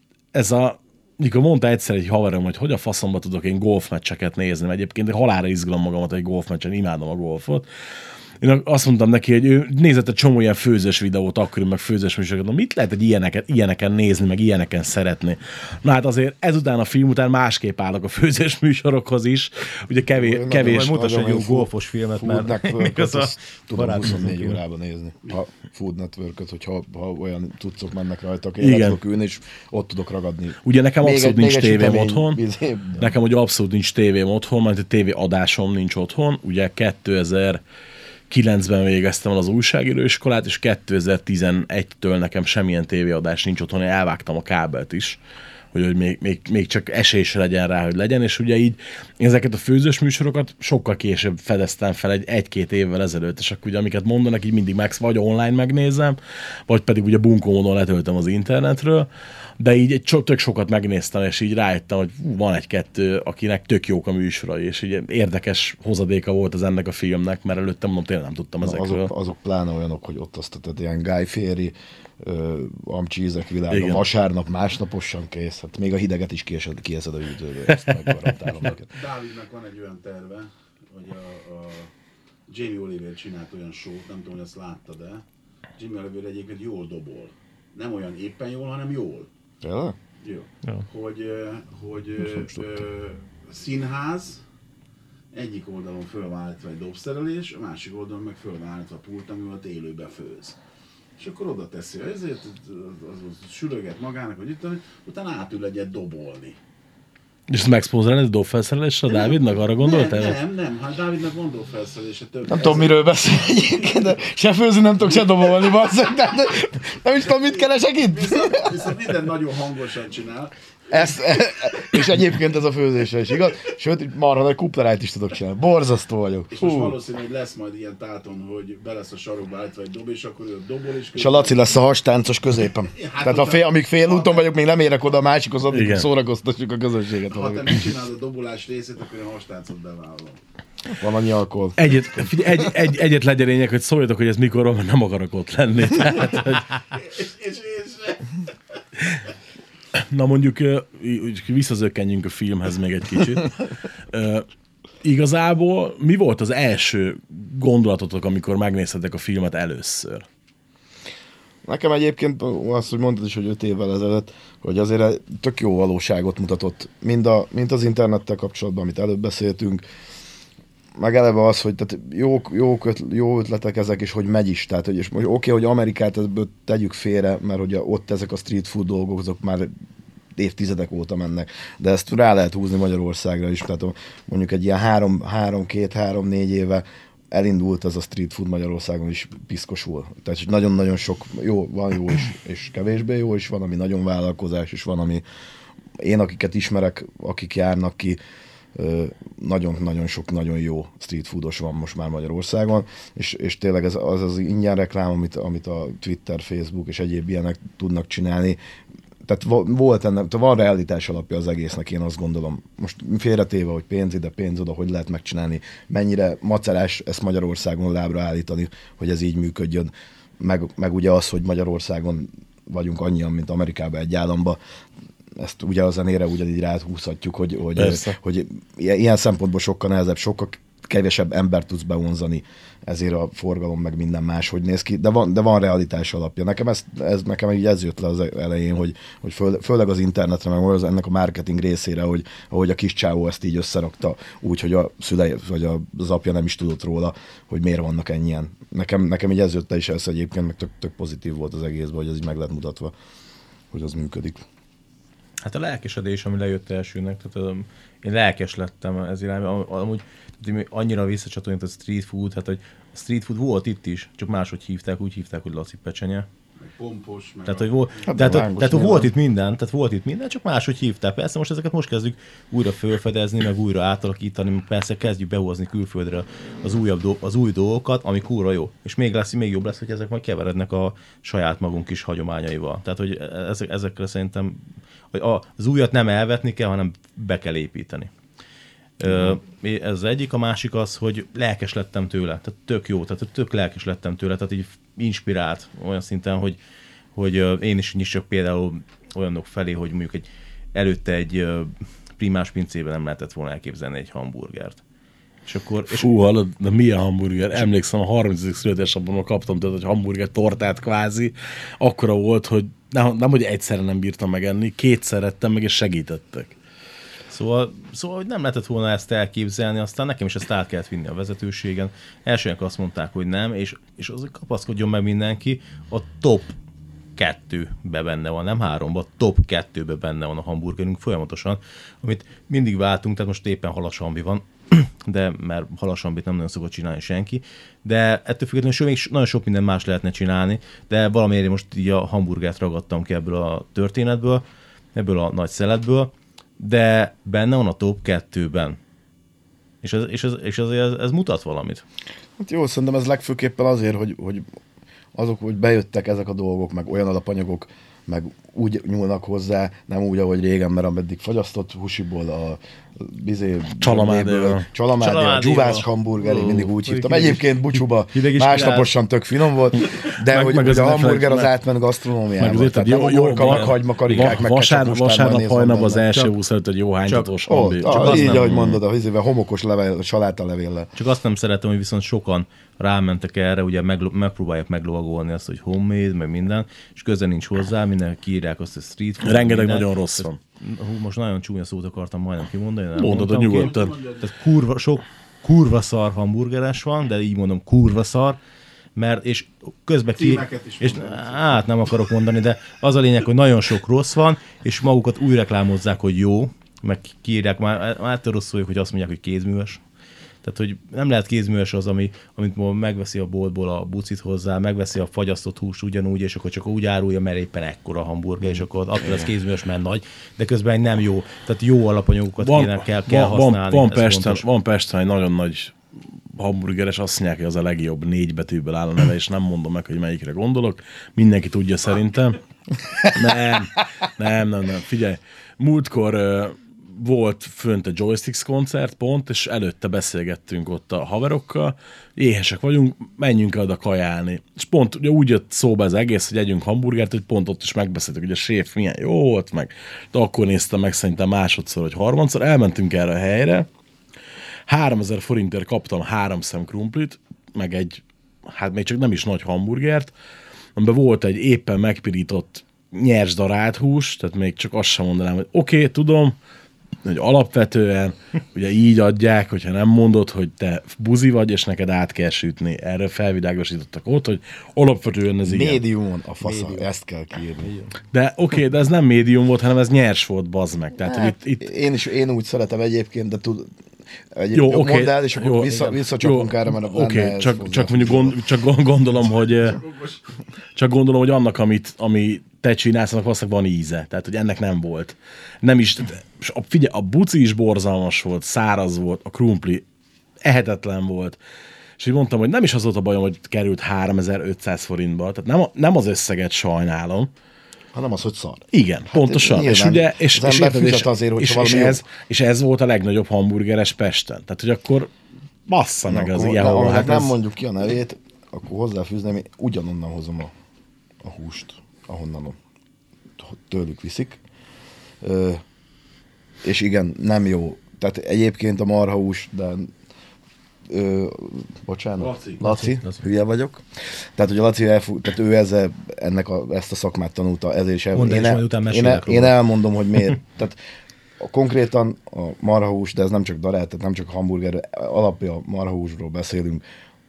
ez a mikor mondta egyszer egy haverom, hogy hogy a faszomba tudok én golfmeccseket nézni, mert egyébként halálra izgalom magamat egy golfmeccsen, imádom a golfot. Én azt mondtam neki, hogy ő nézett egy csomó ilyen főzős videót, akkor meg főzős műsorokat, na mit lehet egy ilyeneket, ilyeneken nézni, meg ilyeneken szeretni? Na hát azért ezután a film után másképp állok a főzős műsorokhoz is, ugye kevés, Nagyon- kevés Vagy mutass egy jó nagyon golfos filmet, Food mert Network-öt, igaz a azt tudom barátom huszonnégy az órában nézni. Ha Food Network-öt, hogyha ha olyan cuccok mennek rajta, akkor Igen. én tudok ülni, és ott tudok ragadni. Ugye nekem Még abszolút egy- nincs még egy tévém sütemény otthon. izé- Nekem ugye abszolút nincs tévém otthon, mert egy tévé adásom nincs otthon. Ugye kétezer-kilencben végeztem el az újságíróiskolát, és kétezer-tizenegytől nekem semmilyen tévéadás nincs otthon, én elvágtam a kábelt is, hogy, hogy még, még, még csak esély se legyen rá, hogy legyen, és ugye így én ezeket a főzős műsorokat sokkal később fedeztem fel egy, egy-két évvel ezelőtt, és akkor ugye amiket mondanak, így mindig meg, vagy online megnézem, vagy pedig ugye bunkó módon letöltöm az internetről, de így egy so- tök sokat megnéztem, és így rájöttem, hogy hú, van egy-kettő, akinek tök jók a műsorai, és így érdekes hozadéka volt az ennek a filmnek, mert előtte mondom, tényleg nem tudtam Na, ezekről. azok, azok pláne olyanok, hogy ott azt tehát ilyen Guy Fieri, uh, amcsízek világa, Igen. vasárnap, másnaposan kész, hát még a hideget is kieszed, kieszed a hűtőből, ezt meggarantálom neked. Dávidnak van egy olyan terve, hogy a, a Jamie Oliver csinált olyan show-t, nem tudom, hogy ezt láttad-e. Jamie Oliver egyébként jól dobol. Nem olyan éppen jól, hanem jól. Tényleg? Jó. Ja. Hogy, ö, hogy ö, ö, színház, egyik oldalon föl van állítva egy dobszerelés, a másik oldalon meg föl van állítva a pult, amivel ott élőbe főz. És akkor oda teszi, ezért az, az, az sülöget magának, hogy itt, utána átül egyet dobolni. És ezt megszpózolni a dobfelszerelésre a Dávidnak? Arra gondoltál? Nem, nem, nem, hát Dávidnak van dobfelszerelése több. Nem tudom, miről beszél egyébként, de se főzni nem tudok, se dobolni, basszak, tehát nem is tudom, mit keresek itt. Viszont, viszont minden nagyon hangosan csinál. Ez, és egyébként ez a főzésre is igaz. Sőt, itt marha nagy kuplerájt is tudok csinálni. Borzasztó vagyok. És most valószínű, hogy lesz majd ilyen táton, hogy be lesz a sarokba állítva egy dob, és akkor ő dobol is. És a Laci lesz a hastáncos középen. Hát Tehát ha fél, amíg fél úton vagyok, még nem érek oda a másikhoz, addig Igen. szórakoztatjuk a közönséget. Ha te nem csinálod a dobolás részét, akkor én a hastáncot bevállalom. Van annyi alkohol. Egyet, figyelj, egy, egy, egyet legyen lényeg, hogy szóljatok, hogy ez mikor van, mert nem akarok ott lenni. Tehát, hogy... És, és, és... Na mondjuk visszazökkenjünk a filmhez még egy kicsit. Uh, igazából mi volt az első gondolatotok, amikor megnéztetek a filmet először? Nekem egyébként azt, hogy mondtad is, hogy öt évvel ezelőtt, hogy azért tök jó valóságot mutatott. Mind, a, mind az internettel kapcsolatban, amit előbb beszéltünk, meg eleve az, hogy tehát jó, jó, jó ötletek ezek, és hogy megy is. Tehát, hogy oké, okay, hogy Amerikát ebből tegyük félre, mert hogy ott ezek a street food dolgok, azok már évtizedek óta mennek. De ezt rá lehet húzni Magyarországra is. Tehát mondjuk egy ilyen három, három, két, három, négy éve elindult ez a street food Magyarországon is piszkosul. Tehát nagyon-nagyon sok, jó, van jó is, és kevésbé jó is, van, ami nagyon vállalkozás, és van, ami én, akiket ismerek, akik járnak ki, nagyon-nagyon sok nagyon jó street foodos van most már Magyarországon, és, és tényleg ez az az ingyen reklám, amit, amit a Twitter, Facebook és egyéb ilyenek tudnak csinálni. Tehát volt ennek, van realitás alapja az egésznek, én azt gondolom. Most félretéve, hogy pénz ide, pénz oda, hogy lehet megcsinálni, mennyire macerás ezt Magyarországon lábra állítani, hogy ez így működjön. Meg, meg ugye az, hogy Magyarországon vagyunk annyian, mint Amerikában egy államba, ezt ugye a zenére ugyanígy ráhúzhatjuk, hogy, hogy, hogy ilyen szempontból sokkal nehezebb, sokkal kevesebb embert tudsz bevonzani, ezért a forgalom meg minden más, hogy néz ki, de van, de van realitás alapja. Nekem ez, ez, nekem így ez jött le az elején, hogy, hogy föl, főleg az internetre, meg az, ennek a marketing részére, hogy ahogy a kis csávó ezt így összerakta, úgy, hogy a szülei, vagy az apja nem is tudott róla, hogy miért vannak ennyien. Nekem, nekem így ez jött le is ez egyébként, meg tök, tök pozitív volt az egészben, hogy ez így meg lett mutatva, hogy az működik. Hát a lelkesedés, ami lejött elsőnek, tehát um, én lelkes lettem ez irányban, amúgy annyira visszacsatolni, a street food, hát hogy a street food volt itt is, csak máshogy hívták, úgy hívták, hogy Laci pecsenye. Meg pompos, meg tehát, a... hogy volt, hát tehát, lángos, tehát volt itt minden, tehát volt itt minden, csak máshogy hívták. Persze most ezeket most kezdjük újra felfedezni, meg újra átalakítani, meg persze kezdjük behozni külföldre az, újabb do- az új dolgokat, ami kurva jó. És még lesz, még jobb lesz, hogy ezek majd keverednek a saját magunk kis hagyományaival. Tehát, hogy ezek, ezekre szerintem hogy az újat nem elvetni kell, hanem be kell építeni. Mm. Ez az egyik, a másik az, hogy lelkes lettem tőle, tehát tök jó, tehát tök lelkes lettem tőle, tehát így inspirált olyan szinten, hogy, hogy én is nyissak például olyanok felé, hogy mondjuk egy, előtte egy primás pincében nem lehetett volna elképzelni egy hamburgert. És akkor, és Fú, hallod, de milyen hamburger? Emlékszem, a harmincadik születésnapomon kaptam tőle egy hamburger tortát kvázi. Akkora volt, hogy nem, nem hogy egyszerre nem bírtam megenni, kétszer ettem meg, és segítettek. Szóval, szóval, hogy nem lehetett volna ezt elképzelni, aztán nekem is ezt át kellett vinni a vezetőségen. Elsőnek azt mondták, hogy nem, és, és az, hogy kapaszkodjon meg mindenki, a top kettőbe benne van, nem háromba, top kettőbe benne van a hamburgerünk folyamatosan, amit mindig váltunk, tehát most éppen halasambi van, de mert halasambit nem nagyon szokott csinálni senki, de ettől függetlenül még nagyon sok minden más lehetne csinálni, de valamiért most így a hamburgert ragadtam ki ebből a történetből, ebből a nagy szeletből, de benne van a top kettőben. És ez, és ez, és ez, ez, ez mutat valamit. Hát jó, szerintem ez legfőképpen azért, hogy, hogy azok, hogy bejöttek ezek a dolgok, meg olyan alapanyagok, meg úgy nyúlnak hozzá, nem úgy, ahogy régen, mert ameddig fagyasztott húsiból a bizé... Csalamádéval. Csalamádéval, dzsuvász hamburgeri, mindig úgy hívtam. Egyébként Bucsúba másnaposan tök finom volt, de meg, hogy meg ugye a az hamburger az meg, átment gasztronómiába. Meg Tehát jó, nem jó, orka, meg hagyma, karikák, meg vasárnap, vasárnap hajnap az első Csak- húsz előtt egy jó hánytatós hambi. Csak azt így, nem- ahogy mondod, a hízével homokos levél, salátalevéllel. Csak azt nem szeretem, hogy viszont sokan rámentek erre, ugye meglo- megpróbálják meglovagolni azt, hogy homemade, meg minden, és köze nincs hozzá, minden kiírják azt, hogy street food. Rengeteg minden. nagyon rossz van. Hú, most nagyon csúnya szót akartam majdnem kimondani. nem Mondod, mondtam hogy ki. nyugodtan. Tehát kurva, sok kurva szar hamburgeres van, de így mondom kurva szar, mert és közben ki... Címeket is És, mondani. hát nem akarok mondani, de az a lényeg, hogy nagyon sok rossz van, és magukat úgy reklámozzák, hogy jó, meg kiírják, már, már rosszuljuk, hogy azt mondják, hogy kézműves. Tehát, hogy nem lehet kézműves az, ami, amit megveszi a boltból a bucit hozzá, megveszi a fagyasztott húst ugyanúgy, és akkor csak úgy árulja, mert éppen ekkora hamburger, és akkor attól ez kézműves, mert nagy, de közben nem jó. Tehát jó alapanyagokat van, kéne, kell, kell van, használni. Van, van, Pesten, van Pesten egy nagyon nagy hamburgeres, azt mondják, hogy az a legjobb, négy betűből áll a neve, és nem mondom meg, hogy melyikre gondolok. Mindenki tudja szerintem. Nem, nem, nem, nem. Figyelj, múltkor uh, volt fönt a Joysticks koncert pont, és előtte beszélgettünk ott a haverokkal, éhesek vagyunk, menjünk el oda kajálni. És pont ugye úgy jött szóba az egész, hogy együnk hamburgert, hogy pont ott is megbeszéltük, hogy a séf milyen jó volt, meg de akkor néztem meg szerintem másodszor, vagy harmadszor, elmentünk erre a helyre, háromezer forintért kaptam három szem krumplit, meg egy, hát még csak nem is nagy hamburgert, amiben volt egy éppen megpirított nyers darált hús, tehát még csak azt sem mondanám, hogy oké, okay, tudom, hogy alapvetően ugye így adják, hogyha nem mondod, hogy te buzi vagy, és neked át kell sütni. Erre felvilágosítottak ott, hogy alapvetően ez igen. Médiumon a fasza, Médium. Ezt kell kiírni. De oké, okay, de ez nem médium volt, hanem ez nyers volt, bazd meg. Tehát, hát, itt, itt... Én is én úgy szeretem egyébként, de tud... Egy, jó, oké. Okay, el, és akkor jó, vissza, visszacsapunk erre, mert oké, okay, csak, csak mondjuk gond, csak gondolom, hogy csak gondolom, hogy annak, amit, ami te csinálsz, annak valószínűleg van íze. Tehát, hogy ennek nem volt. Nem is, a, figyelj, a buci is borzalmas volt, száraz volt, a krumpli ehetetlen volt. És így mondtam, hogy nem is az volt a bajom, hogy került háromezer-ötszáz forintba. Tehát nem, nem az összeget sajnálom, hanem az, hogy szar. Igen, hát pontosan. És ugye, és, és, és, azért, hogy és, és, ez, és ez volt a legnagyobb hamburgeres Pesten. Tehát, hogy akkor bassza meg az ilyen. Ha hát nem ez... mondjuk ki a nevét, akkor hozzáfűzném, én ugyanonnan hozom a, a húst, ahonnan tőlük viszik. Ö, és igen, nem jó. Tehát egyébként a marhahús, de Ö, bocsánat, Laci. Laci, Laci, hülye vagyok. Tehát, hogy a Laci elfog, tehát ő ezzel, ennek a, ezt a szakmát tanulta, ezért is elfog. Én, el, én, el, én elmondom, hogy miért. Tehát a, konkrétan a marhahús, de ez nem csak darált, tehát nem csak a hamburger, alapja a marhahúsról beszélünk,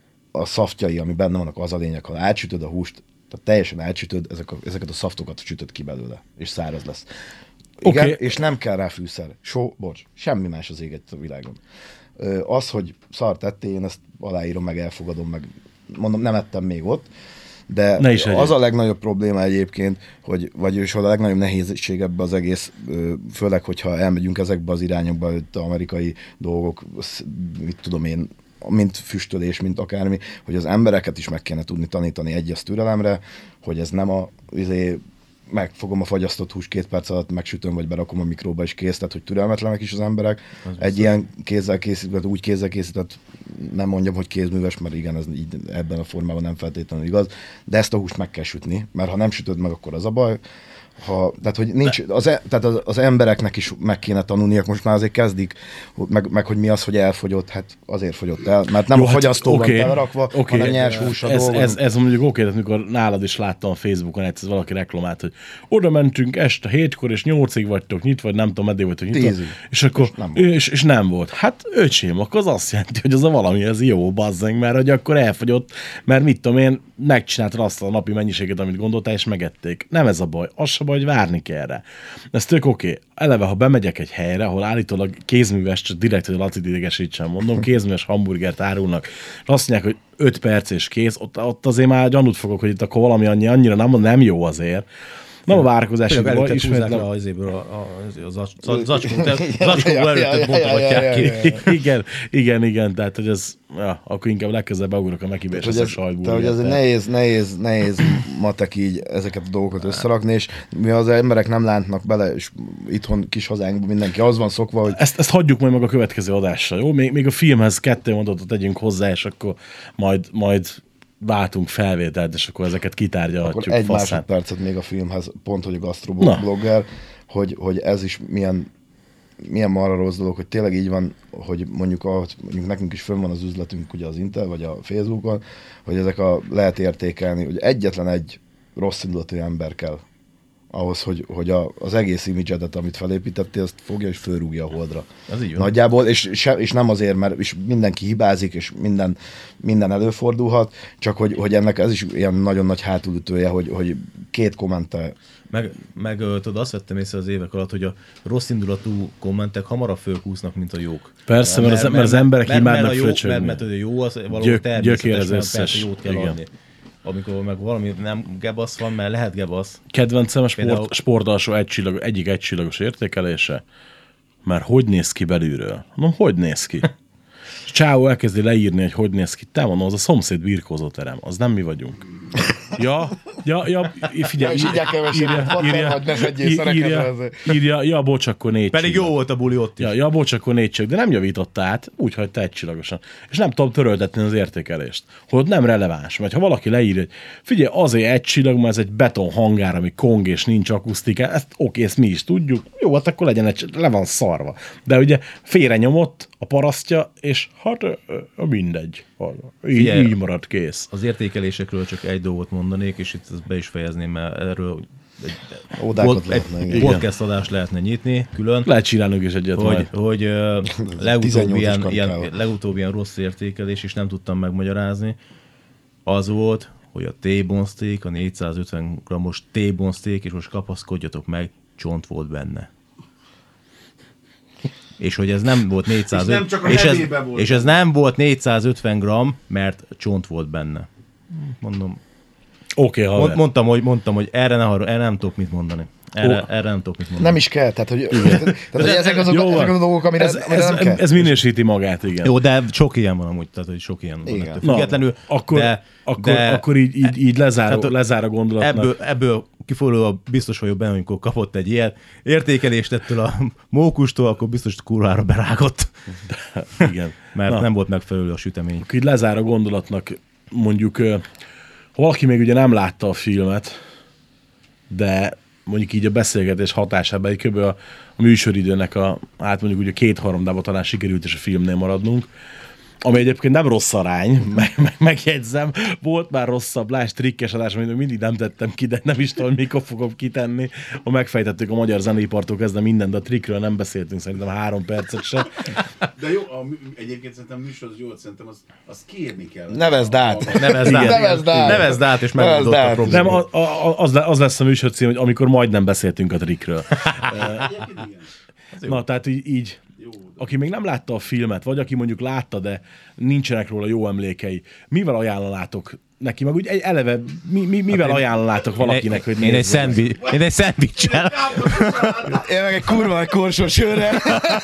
a szaftjai, ami benne vannak, az a lényeg, ha átsütöd a húst, tehát teljesen átsütöd, ezek a, ezeket a szaftokat sütöd ki belőle, és száraz lesz. Igen, okay. És nem kell rá fűszer. So, bocs, semmi más az ég a világon. Az, hogy szart tettél, én ezt aláírom, meg elfogadom, meg mondom, nem ettem még ott, de az egyéb. A legnagyobb probléma egyébként, hogy, vagyis a legnagyobb nehézség ebbe az egész, főleg, hogyha elmegyünk ezekbe az irányokba, itt amerikai dolgok, mit tudom én, mint füstölés, mint akármi, hogy az embereket is meg kéne tudni tanítani egyes türelemre, hogy ez nem a izé, megfogom a fagyasztott hús két perc alatt, megsütöm, vagy berakom a mikróba, és kész, tehát hogy türelmetlenek is az emberek. Az egy ilyen kézzel készített, úgy kézzel készített, nem mondjam, hogy kézműves, mert igen, ez így ebben a formában nem feltétlenül igaz, de ezt a húst meg kell sütni, mert ha nem sütöd meg, akkor az a baj. Ha, tehát, hogy nincs, az, tehát az, az embereknek is meg kéne tanulniak, most már azért kezdik, meg, meg hogy mi az, hogy elfogyott, hát azért fogyott el, mert nem Jó, a fogyasztó hát, van okay, telerakva, okay, hanem nyers húsra ez, ez, ez mondjuk oké, tehát mikor nálad is láttam a Facebookon, egyszer valaki reklamált, hogy oda mentünk este hétkor, és nyolcig vagytok nyitva, vagy nem tudom, meddig vagytok nyitva, Tízig. és akkor, és nem, és, és nem volt. Hát öcsém, akkor az azt jelenti, hogy az a valami, ez jó, bazzeng, mert hogy akkor elfogyott, mert mit tudom én, megcsináltad azt a napi mennyiséget, amit gondoltál, és megették. Nem ez a baj, az se baj, hogy várni kell rá. Ez tök oké. Okay. Eleve, ha bemegyek egy helyre, ahol állítólag kézműves, csak direkt, hogy Laci idegesítsen, mondom, kézműves hamburgert árulnak, és azt mondják, hogy öt perc és kész, ott, ott azért már gyanút fogok, hogy itt akkor valami annyi, annyira nem, nem jó azért. Nem a várakozás. Előtted húzzák le azéből a zacskóból előtted bontogatják ki. Igen, igen, igen, tehát hogy ez, ja, akkor inkább legközelebb beugrok a Mekibe, és ez a sajtból. Tehát, hogy ez egy nehéz, nehéz, nehéz matek így ezeket a dolgokat összerakni, és mi az emberek nem látnak bele, és itthon kis hazánkban mindenki az van szokva, hogy... Ezt, ezt hagyjuk majd meg a következő adásra, jó? Még, még a filmhez kettő mondatot tegyünk hozzá, és akkor majd, majd váltunk felvételt, és akkor ezeket kitárgyalhatjuk. Akkor egy faszán. Másodpercet még a filmhez, pont, hogy a gastroblogger, hogy, hogy ez is milyen, milyen marra rossz dolog, hogy tényleg így van, hogy mondjuk, ahogy, mondjuk nekünk is fönn van az üzletünk ugye az Intel, vagy a Facebookon, hogy ezek a, lehet értékelni, hogy egyetlen egy rossz indulatú ember kell ahhoz, hogy, hogy a, az egész imidzsedet, amit felépítettél, azt fogja és fölrúgja a holdra. Az így van. Nagyjából, és, se, és nem azért, mert és mindenki hibázik, és minden, minden előfordulhat, csak hogy, hogy ennek ez is ilyen nagyon nagy hátulütője, hogy, hogy két kommente. Meg, meg tudod, azt vettem észre az évek alatt, hogy a rossz indulatú kommentek hamarabb fölkúsznak, mint a jók. Persze, mert, mert, mert, mert az emberek mert, imádnak mert, fröcsögni. mert, mert, mert a jó az valahol Gyök, természetes, mert összes. persze jót kell Igen. adni. Amikor meg valami nem gebasz van, mert lehet gebasz. Kedvencem a sport, Például- sportalsó egycsillag, egyik egycsillagos értékelése, mert hogy néz ki belülről? Mondom, hogy néz ki? És Csáó elkezdi leírni, hogy hogy néz ki. Te mondom, az a szomszéd birkózóterem, az nem mi vagyunk. Ja, ja, ja, figyelj. És így elkevesedik, vagy ne szedjél szereket írja, ezzel. írja, ja, bocs, akkor négy Pedig csillag. jó volt a buli ott is. Ja, ja, bocs, akkor négy csillag, de nem javította át, úgy hagyta egycsillagosan. És nem tudom töröltetni az értékelést. Hogy nem releváns, mert ha valaki leír, hogy figyelj, azért egy csillag, mert ez egy beton hangár, ami kong és nincs akusztika, ezt oké, ezt mi is tudjuk, jó, hát akkor legyen egy, le van szarva. De ugye félre nyomott a parasztja, és hát ö, ö, mindegy. Így, Figyelj. így maradt kész. Az értékelésekről csak egy dolgot mondanék, és itt ezt be is fejezném, mert erről egy, Ódákat pod- lehetne, egy igen. podcast adást lehetne nyitni külön. Lehet csinálnunk is egyet hogy, majd. hogy uh, legutóbb, tizennyolcas ilyen, karikával. ilyen, legutóbb ilyen rossz értékelés, és nem tudtam megmagyarázni, az volt, hogy a T-bone steak, a négyszázötven grammos T-bone steak, és most kapaszkodjatok meg, csont volt benne. És hogy ez nem volt négyszázötven, És nem csak a és ez, hevébe volt és ez nem volt négyszázötven gram, mert csont volt benne. Mondom, Oké, okay, mond, haver. mondtam, hogy, mondtam, hogy erre, ne, erre nem tudok mit mondani. Erre, Ó. erre nem tudok mit mondani. Nem is kell, tehát hogy, tehát, hogy ezek azok, Jó ezek van. azok a dolgok, amire, ez, amire nem ez, kell. ez minősíti magát, igen. Jó, de sok ilyen van amúgy, tehát hogy sok ilyen van. Igen. ettől Na, Függetlenül, akkor, de, akkor, de akkor így, így, így lezár, tehát lezár a gondolatnak. ebből, ebből kifolyólag biztos vagyok benne, amikor kapott egy ilyen értékelést ettől a mókustól, akkor biztos kurvára berágott, Igen. mert Na, nem volt megfelelő a sütemény. akkor így lezár a gondolatnak, mondjuk, ö, ha valaki még ugye nem látta a filmet, de mondjuk így a beszélgetés hatásában, egy kb. a, a műsoridőnek a, hát mondjuk ugye két-harmadában talán sikerült is a filmnél maradnunk, ami egyébként nem rossz arány, meg, meg, megjegyzem, volt már rosszabb, lásd trikkes adás, amit még mindig nem tettem ki, de nem is tudom, mikor fogom kitenni. Ha megfejtettük a magyar zeneipartól kezdve mindent, de a trikkről nem beszéltünk szerintem három percet se. De jó, a, mű- egyébként szerintem a műsor az jó, szerintem azt, azt kérni kell. Nevezd át. Nevezd át, Nevezd át. nevezd át, és Nevezd megoldott a át. problémát. Nem, a, a, az, le- az lesz a műsorcím, hogy amikor majdnem beszéltünk a trikkről. Egyébként igen. Na, tehát így, így Jó. aki még nem látta a filmet, vagy aki mondjuk látta, de nincsenek róla jó emlékei, mivel ajánlanátok neki? Meg úgy egy eleve, mi, mi, mivel én- ajánlanátok valakinek, hogy én, én egy nézze? szendvi, én egy szendvicsel. Én meg egy kurva egy korsós sörrel.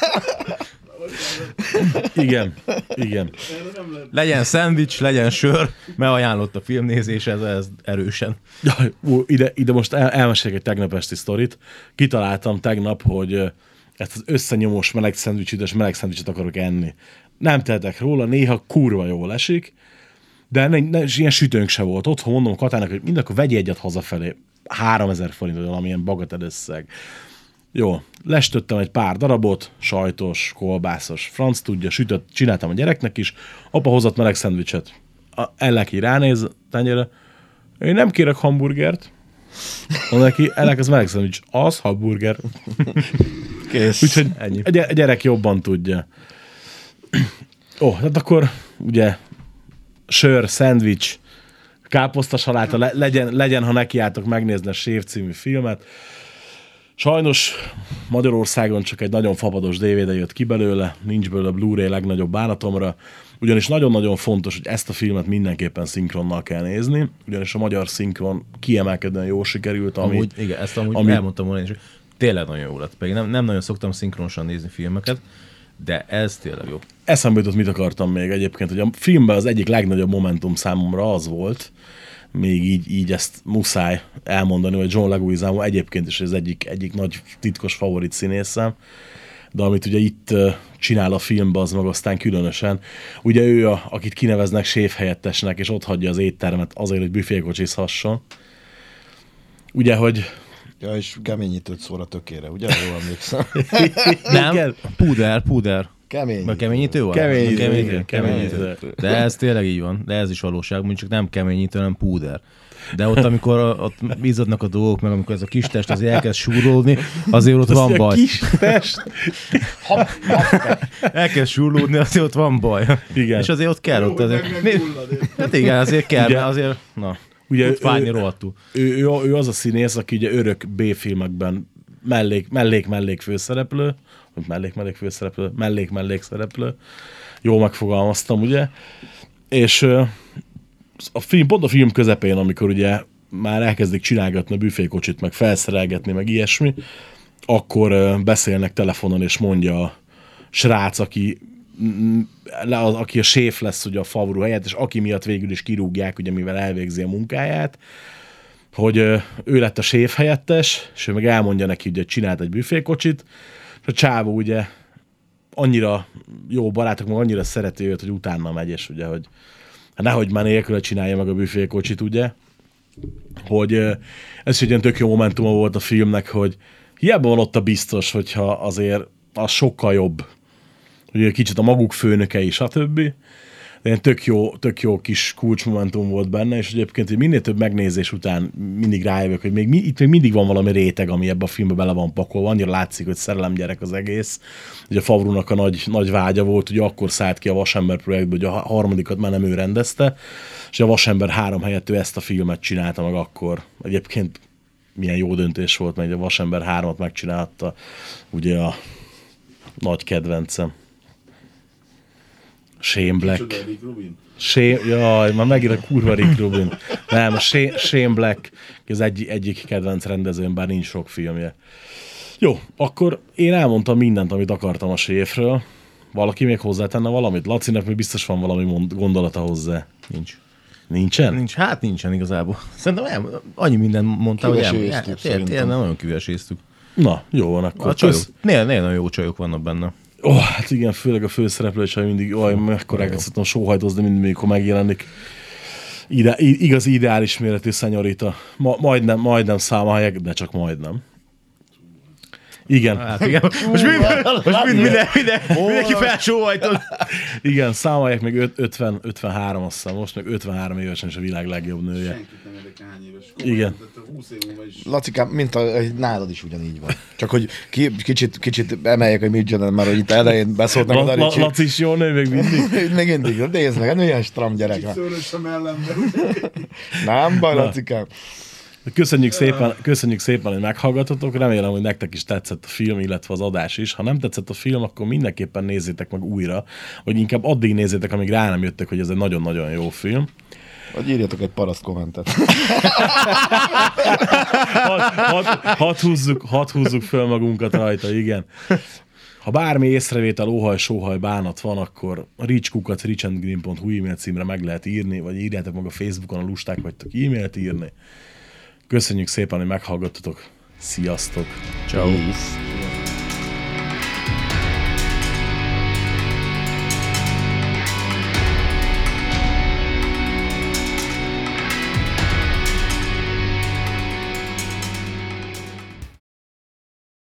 Igen, igen. Legyen szendvics, legyen sör, mert ajánlott a filmnézés, ez, ez erősen. Jaj, ú, ide, ide most el, elmesélek egy tegnap esti sztorit. Kitaláltam tegnap, hogy ö, ezt az összenyomós meleg szendvicsit és meleg szendvicset akarok enni. Nem tehetek róla, néha kurva jól esik, de ne, ne, és ilyen sütőnk se volt. Otthon mondom Katának, hogy mind akkor vegye egyet hazafelé. háromezer forint, vagy valamilyen bagatel összeg. Jó, lestöttem egy pár darabot, sajtos, kolbászos, franc tudja, sütött, csináltam a gyereknek is, apa hozott meleg szendvicset. A, Elleki ránéz tenyére, én nem kérek hamburgert, mondom neki, Ellek, az meleg szendvics, az hamburger. Kész. Úgyhogy Ennyi. a gy- a gyerek jobban tudja. Ó, tehát akkor ugye sör, szendvics, káposztasaláta, le, legyen, legyen, ha nekiálltok megnézni a Séf című filmet. Sajnos Magyarországon csak egy nagyon fapados dé vé dé jött ki belőle, nincs belőle Blu-ray legnagyobb bánatomra, ugyanis nagyon-nagyon fontos, hogy ezt a filmet mindenképpen szinkronnal kell nézni, ugyanis a magyar szinkron kiemelkedően jól sikerült, ami, Amúgy, igen, ezt amúgy ami- ami... elmondtam volna, és tényleg nagyon jó lett. Pedig nem, nem nagyon szoktam szinkronosan nézni filmeket, de ez tényleg jó. Eszembe jutott, mit akartam még egyébként, hogy a filmben az egyik legnagyobb momentum számomra az volt, még így, így ezt muszáj elmondani, hogy John Leguizamo egyébként is az egyik, egyik nagy titkos favorit színészem, de amit ugye itt uh, csinál a filmben, az meg aztán különösen. Ugye ő, a, akit kineveznek séfhelyettesnek, és ott hagyja az éttermet azért, hogy büfékocsizhasson. Ugye, hogy Ja, és keményítőt szóra tökére, ugye? Jól emlékszem. Nem? Puder, puder. Kemény. Mert keményítő van? Keményítő, Keményítő, igen, keményítő. De ez tényleg így van, de ez is valóság, mondjuk csak nem keményítő, hanem púder. De ott, amikor ott izzadnak a dolgok, meg amikor ez a kis test azért elkezd súrlódni, azért ott van baj. Kis test. Elkezd súrlódni, azért ott van baj. Igen. És azért ott kell, ott azért... Hát igen, azért kell, Ugye- mert azért, na, Ugye ott fájni ő- rohadtul. Ő, ő, ő az a színész, aki ugye örök B-filmekben mellék, mellék, mellék főszereplő, vagy mellék, mellék főszereplő, mellék, mellék szereplő. Jól megfogalmaztam, ugye? És ö, a film, pont a film közepén, amikor ugye már elkezdik csinálgatni a büfékocsit, meg felszerelgetni, meg ilyesmi, akkor ö, beszélnek telefonon, és mondja a srác, aki mm, le- az, aki a séf lesz ugye a Favreau helyett, és aki miatt végül is kirúgják, ugye mivel elvégzi a munkáját, hogy ö, ő lett a séf helyettes, és ő meg elmondja neki, hogy csinált egy büfékocsit, és a csávó ugye annyira jó barátok, meg annyira szereti őt, hogy utána megy, és ugye, hogy hát nehogy már nélküle csinálja meg a büfékocsit, ugye, hogy ö, ez is egy ilyen tök jó momentuma volt a filmnek, hogy hiába van ott a biztos, hogyha azért az sokkal jobb, ugye kicsit a maguk főnökei, stb. De ilyen tök jó, tök jó kis kulcsmomentum volt benne, és egyébként hogy minél több megnézés után mindig rájövök, hogy még, mi- itt még mindig van valami réteg, ami ebbe a filmbe bele van pakolva. Annyira látszik, hogy szerelemgyerek az egész. Ugye a Favreaunak a nagy, nagy vágya volt, ugye akkor szállt ki a Vasember projektből, hogy a harmadikat már nem ő rendezte, és a Vasember három helyett ő ezt a filmet csinálta meg akkor. Egyébként milyen jó döntés volt, mert a Vasember hármat megcsinálta, ugye a nagy kedvencem. Shane Black. Csoda, Rick Rubin. Shane, jaj, már megint a kurva Rick Rubin. Nem, a Shane, Shane Black az egy, egyik kedvenc rendezőm, bár nincs sok filmje. Jó, akkor én elmondtam mindent, amit akartam a séfről. Valaki még hozzátenne valamit? Lacinak még biztos van valami mond, gondolata hozzá. Nincs. Nincsen? Nincs, hát nincsen igazából. Szerintem el, annyi mindent mondtál, hogy el, Kiveséztük tényleg, szerintem. tényleg nagyon kiveséztük. Na, jó van akkor. A csajok, Kösz. néha, néha nagyon jó csajok vannak benne. Ó, oh, hát igen, főleg a főszereplő csaj mindig, oj, mekkorákat szoktam sóhajtozni mindig, mikor megjelenik. Ide, igaz ideális méretű szenyorita. Ma, majdnem, majdnem számolják, de csak majdnem. Igen. Hát igen. Most, mi, most mind, minden, minden, mindenki felsóhajtod. Igen, számolják még öt- ötven, ötvenhárom, azt hiszem most, meg ötvenhárom évesen is a világ legjobb nője. Senkit nem érdekel hány éves. Igen. Tehát húsz év múlva is. Lacikám, mint a, nálad is ugyanígy van. Csak hogy ki, kicsit, kicsit emeljek, hogy mit csinál, mert hogy itt elején beszólt meg La, a la, Daricsi. Laci is jó nő még mindig. Még mindig, nézd meg, milyen stram gyerek van. Szőrös a mellemben. Nem baj, Lacikám. Köszönjük szépen, köszönjük szépen, hogy meghallgatotok. Remélem, hogy nektek is tetszett a film, illetve az adás is. Ha nem tetszett a film, akkor mindenképpen nézzétek meg újra, vagy inkább addig nézzétek, amíg rá nem jöttek, hogy ez egy nagyon-nagyon jó film. Vagy írjatok egy paraszt kommentet. Hadd had, had húzzuk, had húzzuk föl magunkat rajta, igen. Ha bármi észrevétel, óhaj, sóhaj, bánat van, akkor a richkukac richandgreen pont hu e-mail címre meg lehet írni, vagy írjátok meg a Facebookon, a lusták vagytok e-mailt írni. Köszönjük szépen, hogy meghallgattatok. Sziasztok! Ciao. Peace.